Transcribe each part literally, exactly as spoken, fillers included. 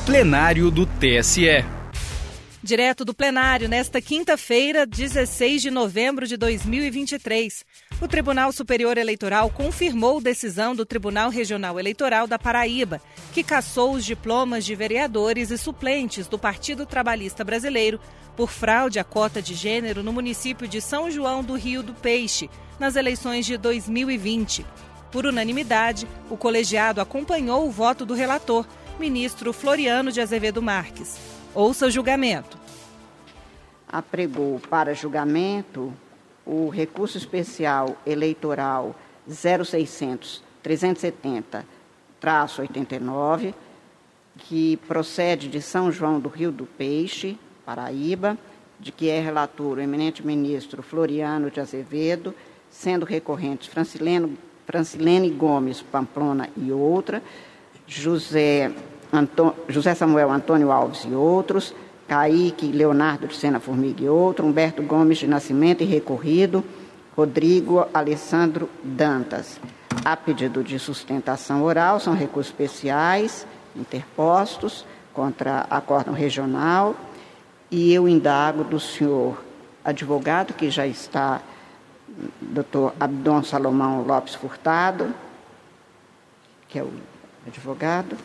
plenário do T S E. Direto do plenário, nesta quinta-feira, dezesseis de novembro de dois mil e vinte e três, o Tribunal Superior Eleitoral confirmou decisão do Tribunal Regional Eleitoral da Paraíba, que cassou os diplomas de vereadores e suplentes do Partido Trabalhista Brasileiro por fraude à cota de gênero no município de São João do Rio do Peixe, nas eleições de dois mil e vinte. Por unanimidade, o colegiado acompanhou o voto do relator, ministro Floriano de Azevedo Marques. Ouça o julgamento. Apregou para julgamento o recurso especial eleitoral zero seiscentos, trezentos e setenta, oitenta e nove, que procede de São João do Rio do Peixe, Paraíba, de que é relator o eminente ministro Floriano de Azevedo, sendo recorrentes Francileno, Francilene Gomes Pamplona e outra, José... Antô, José Samuel Antônio Alves e outros, Caíque Leonardo de Sena Formiga e outro, Humberto Gomes de Nascimento e recorrido, Rodrigo Alessandro Dantas. A pedido de sustentação oral, são recursos especiais interpostos contra acórdão regional, e eu indago do senhor advogado, que já está, doutor Abdon Salomão Lopes Furtado, que é o advogado,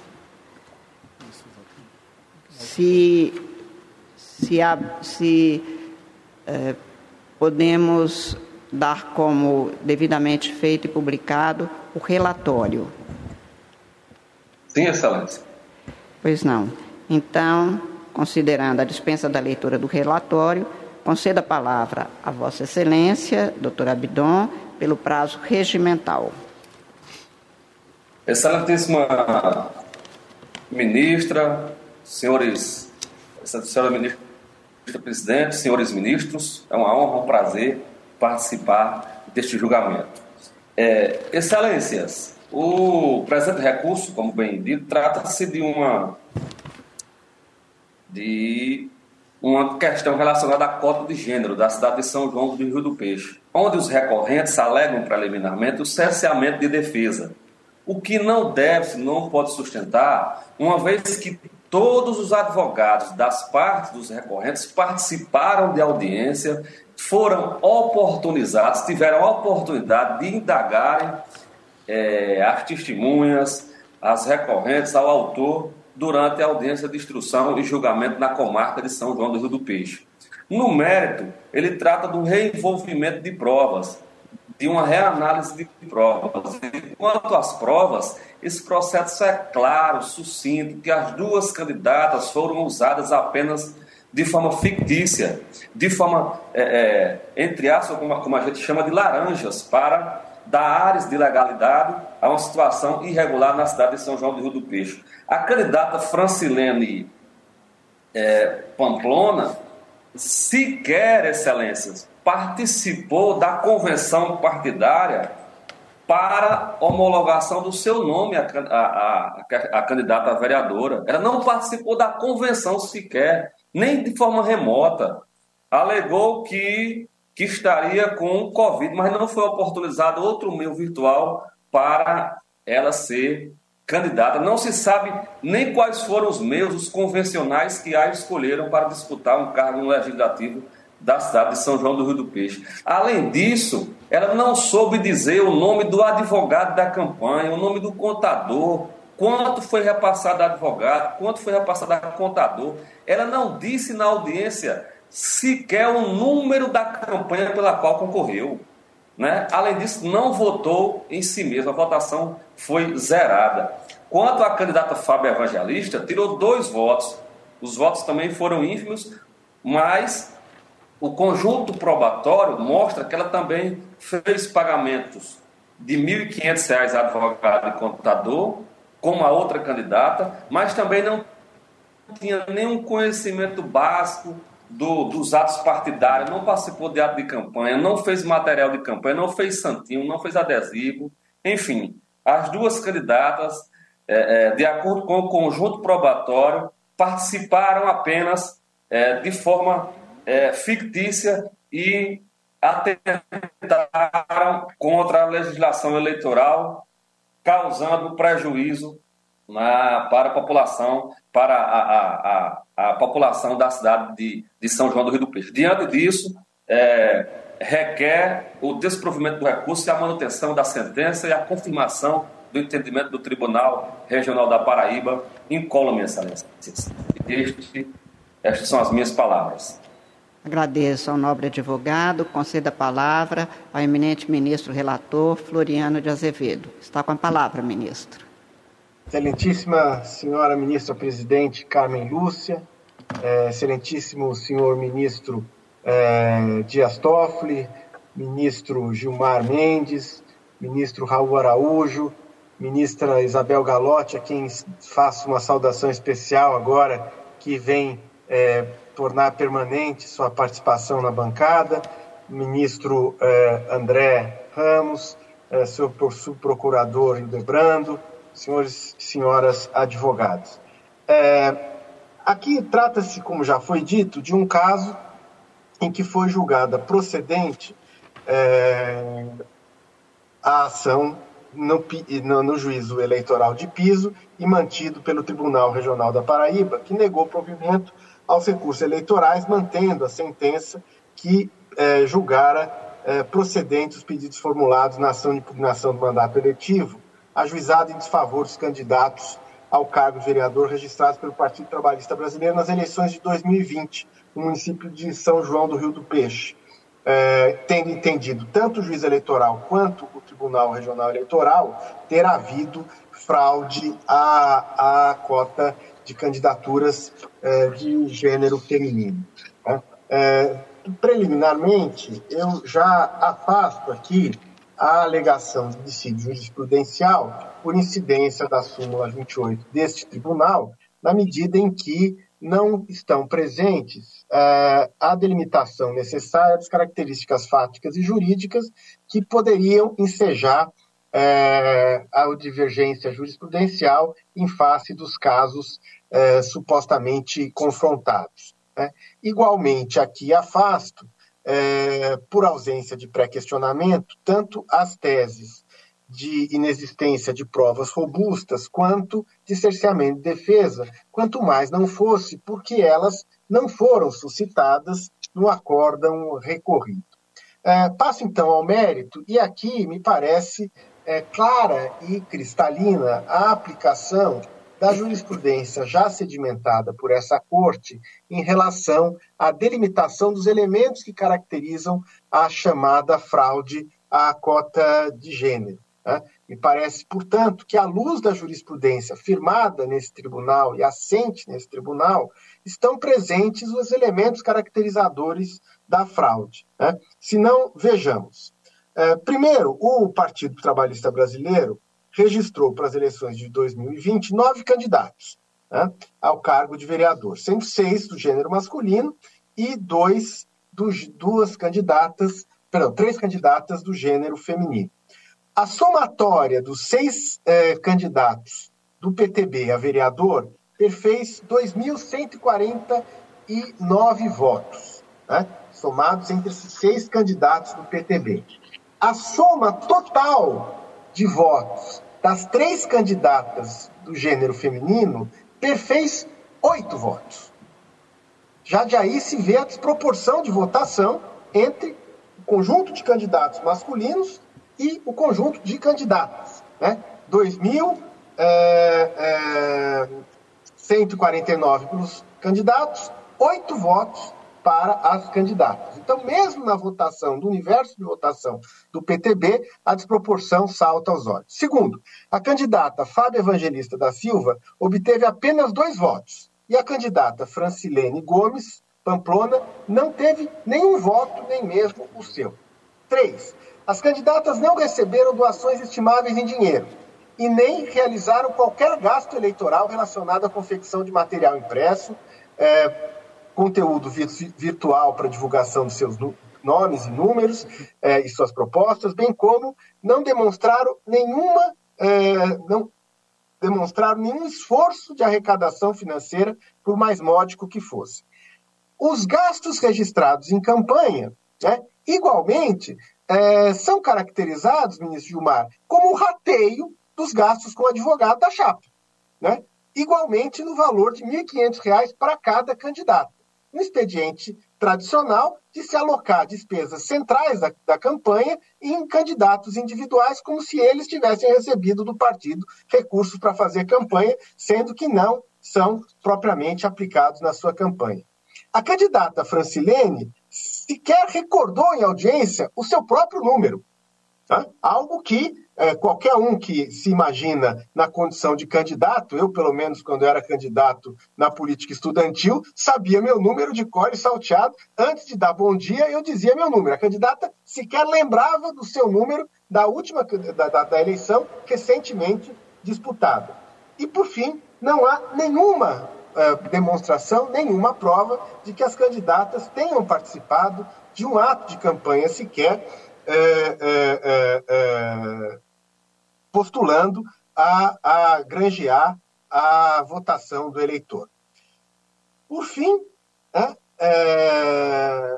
se, se, se eh, podemos dar como devidamente feito e publicado o relatório. Sim, Excelência. Pois não. Então, considerando a dispensa da leitura do relatório, conceda a palavra a Vossa Excelência, doutor Abdon, pelo prazo regimental. Excelentíssima ministra, senhores, senhora ministra presidente, senhores ministros, é uma honra, um prazer participar deste julgamento. É, excelências, o presente recurso, como bem dito, trata-se de uma, de uma questão relacionada à cota de gênero da cidade de São João do Rio do Peixe, onde os recorrentes alegam preliminarmente o cerceamento de defesa, o que não deve, não pode sustentar, uma vez que todos os advogados das partes dos recorrentes participaram de audiência, foram oportunizados, tiveram a oportunidade de indagarem é, as testemunhas, as recorrentes, ao autor, durante a audiência de instrução e julgamento na comarca de São João do Rio do Peixe. No mérito, ele trata do reenvolvimento de provas, de uma reanálise de provas. E quanto às provas, esse processo é claro, sucinto, que as duas candidatas foram usadas apenas de forma fictícia, de forma, é, é, entre aspas, como, como a gente chama de laranjas, para dar áreas de legalidade a uma situação irregular na cidade de São João do Rio do Peixe. A candidata Francilene é, Pamplona, sequer, excelências, participou da convenção partidária para homologação do seu nome a, a, a, a candidata a vereadora. Ela não participou da convenção sequer, nem de forma remota. Alegou que, que estaria com Covid, mas não foi oportunizado outro meio virtual para ela ser candidata. Não se sabe nem quais foram os meios, os convencionais que a escolheram para disputar um cargo no legislativo da cidade de São João do Rio do Peixe. Além disso, ela não soube dizer o nome do advogado da campanha, o nome do contador, quanto foi repassado a advogado, quanto foi repassado a contador. Ela não disse na audiência sequer o número da campanha pela qual concorreu, né? Além disso, não votou em si mesma, a votação foi zerada. Quanto à candidata Fábio Evangelista, tirou dois votos. Os votos também foram ínfimos, mas o conjunto probatório mostra que ela também fez pagamentos de mil e quinhentos reais a advogado e contador, como a outra candidata, mas também não tinha nenhum conhecimento básico do, dos atos partidários, não participou de ato de campanha, não fez material de campanha, não fez santinho, não fez adesivo. Enfim, as duas candidatas, é, é, de acordo com o conjunto probatório, participaram apenas é, de forma É, fictícia e atentaram contra a legislação eleitoral, causando prejuízo na, para a população, para a, a, a, a população da cidade de, de São João do Rio do Peixe. Diante disso, é, requer o desprovimento do recurso e a manutenção da sentença e a confirmação do entendimento do Tribunal Regional da Paraíba, incólume, excelência. Este, estas são as minhas palavras. Agradeço ao nobre advogado. Concedo a palavra ao eminente ministro relator, Floriano de Azevedo. Está com a palavra, ministro. Excelentíssima senhora ministra-presidente Carmen Lúcia, é, excelentíssimo senhor ministro é, Dias Toffoli, ministro Gilmar Mendes, ministro Raul Araújo, ministra Isabel Galotti, a quem faço uma saudação especial agora, que vem é, tornar permanente sua participação na bancada, ministro é, André Ramos, é, seu subprocurador Hildebrando, senhores e senhoras advogados. É, aqui trata-se, como já foi dito, de um caso em que foi julgada procedente é, a ação no, no, no juízo eleitoral de piso e mantido pelo Tribunal Regional da Paraíba, que negou provimento aos recursos eleitorais, mantendo a sentença que é, julgara é, procedentes os pedidos formulados na ação de impugnação do mandato eletivo, ajuizado em desfavor dos candidatos ao cargo de vereador registrados pelo Partido Trabalhista Brasileiro nas eleições de dois mil e vinte, no município de São João do Rio do Peixe. É, tendo entendido tanto o juiz eleitoral quanto o Tribunal Regional Eleitoral ter havido fraude à, à cota de candidaturas é, de gênero feminino. Né? É, preliminarmente, eu já afasto aqui a alegação de dissídio jurisprudencial por incidência da súmula vinte e oito deste tribunal, na medida em que não estão presentes uh, a delimitação necessária das características fáticas e jurídicas que poderiam ensejar uh, a divergência jurisprudencial em face dos casos uh, supostamente confrontados. Né? Igualmente, aqui afasto, uh, por ausência de pré-questionamento, tanto as teses de inexistência de provas robustas, quanto de cerceamento de defesa, quanto mais não fosse porque elas não foram suscitadas no acórdão recorrido. É, passo então ao mérito, e aqui me parece é, clara e cristalina a aplicação da jurisprudência já sedimentada por essa Corte em relação à delimitação dos elementos que caracterizam a chamada fraude à cota de gênero. Né? Me parece, portanto, que à luz da jurisprudência firmada nesse tribunal e assente nesse tribunal, estão presentes os elementos caracterizadores da fraude. Né? Se não, vejamos. É, primeiro, o Partido Trabalhista Brasileiro registrou para as eleições de dois mil e vinte nove candidatos, né, ao cargo de vereador, sendo seis do gênero masculino e dois dos, duas candidatas, perdão, três candidatas do gênero feminino. A somatória dos seis eh, candidatos do P T B a vereador perfez dois mil cento e quarenta e nove votos, né, somados entre esses seis candidatos do P T B. A soma total de votos das três candidatas do gênero feminino perfez oito votos. Já de aí se vê a desproporção de votação entre o conjunto de candidatos masculinos e o conjunto de candidatas. Né? dois mil cento e quarenta e nove para os candidatos, oito votos para as candidatas. Então, mesmo na votação, do universo de votação do P T B, a desproporção salta aos olhos. Segundo, a candidata Fábia Evangelista da Silva obteve apenas dois votos, e a candidata Francilene Gomes Pamplona não teve nenhum voto, nem mesmo o seu. Três, as candidatas não receberam doações estimáveis em dinheiro e nem realizaram qualquer gasto eleitoral relacionado à confecção de material impresso, é, conteúdo virtual para divulgação de seus nomes e números é, e suas propostas, bem como não demonstraram nenhuma, é, não demonstraram nenhum esforço de arrecadação financeira, por mais módico que fosse. Os gastos registrados em campanha, né, igualmente, é, são caracterizados, ministro Gilmar, como o rateio dos gastos com o advogado da chapa. né, igualmente no valor de mil e quinhentos reais para cada candidato. Um expediente tradicional de se alocar despesas centrais da, da campanha em candidatos individuais, como se eles tivessem recebido do partido recursos para fazer campanha, sendo que não são propriamente aplicados na sua campanha. A candidata Francilene sequer recordou em audiência o seu próprio número, tá? Algo que é, qualquer um que se imagina na condição de candidato, eu pelo menos quando era candidato na política estudantil, sabia meu número de cor e salteado, antes de dar bom dia eu dizia meu número. A candidata sequer lembrava do seu número da última da, da, da eleição recentemente disputada. E por fim, não há nenhuma uh, demonstração, nenhuma prova de que as candidatas tenham participado de um ato de campanha sequer, É, é, é, é, postulando a, a granjear a votação do eleitor. Por fim, é, é,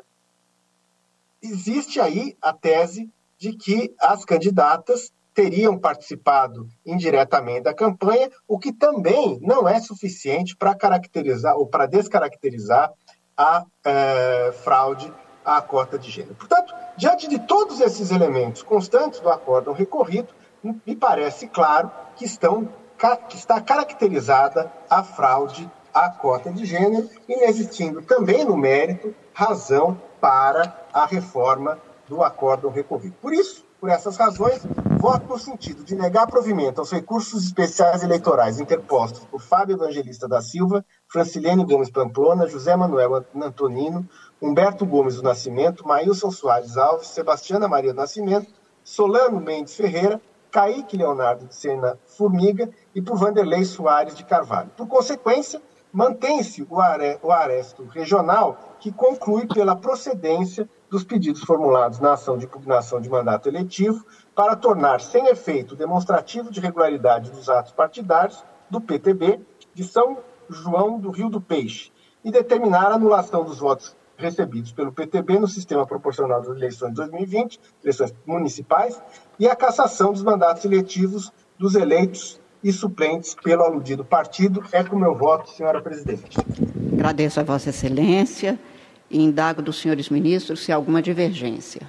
existe aí a tese de que as candidatas teriam participado indiretamente da campanha, o que também não é suficiente para caracterizar ou para descaracterizar a é, fraude à cota de gênero. Portanto, diante de todos esses elementos constantes do acórdão recorrido, me parece claro que, estão, que está caracterizada a fraude à cota de gênero, inexistindo também no mérito razão para a reforma do acórdão recorrido. Por isso, por essas razões, voto no sentido de negar provimento aos recursos especiais eleitorais interpostos por Fábio Evangelista da Silva, Francilene Gomes Pamplona, José Manuel Antonino, Humberto Gomes do Nascimento, Maílson Soares Alves, Sebastiana Maria do Nascimento, Solano Mendes Ferreira, Kaique Leonardo de Sena Formiga e por Vanderlei Soares de Carvalho. Por consequência, mantém-se o aresto regional, que conclui pela procedência dos pedidos formulados na ação de impugnação de mandato eletivo para tornar sem efeito demonstrativo de regularidade dos atos partidários do P T B de São João do Rio do Peixe e determinar a anulação dos votos recebidos pelo P T B no sistema proporcional das eleições de dois mil e vinte, eleições municipais, e a cassação dos mandatos eletivos dos eleitos e suplentes pelo aludido partido. É com o meu voto, senhora presidente. Agradeço a Vossa Excelência e indago dos senhores ministros se há alguma divergência.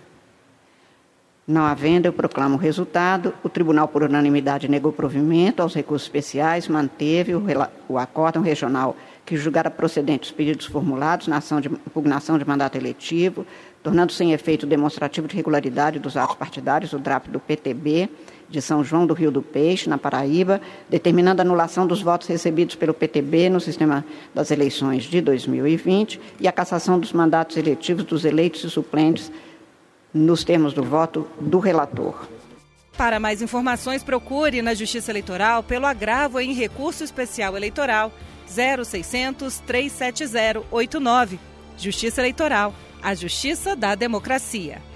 Não havendo, eu proclamo o resultado. O Tribunal, por unanimidade, negou provimento aos recursos especiais, manteve o, o acórdão regional que julgara procedentes os pedidos formulados na ação de impugnação de mandato eletivo, tornando sem efeito demonstrativo de regularidade dos atos partidários, o D R A P do P T B, de São João do Rio do Peixe, na Paraíba, determinando a anulação dos votos recebidos pelo P T B no sistema das eleições de dois mil e vinte e a cassação dos mandatos eletivos dos eleitos e suplentes nos termos do voto do relator. Para mais informações, procure na Justiça Eleitoral pelo agravo em recurso especial eleitoral zero seiscentos, trezentos e setenta, oitenta e nove. Justiça Eleitoral, a justiça da democracia.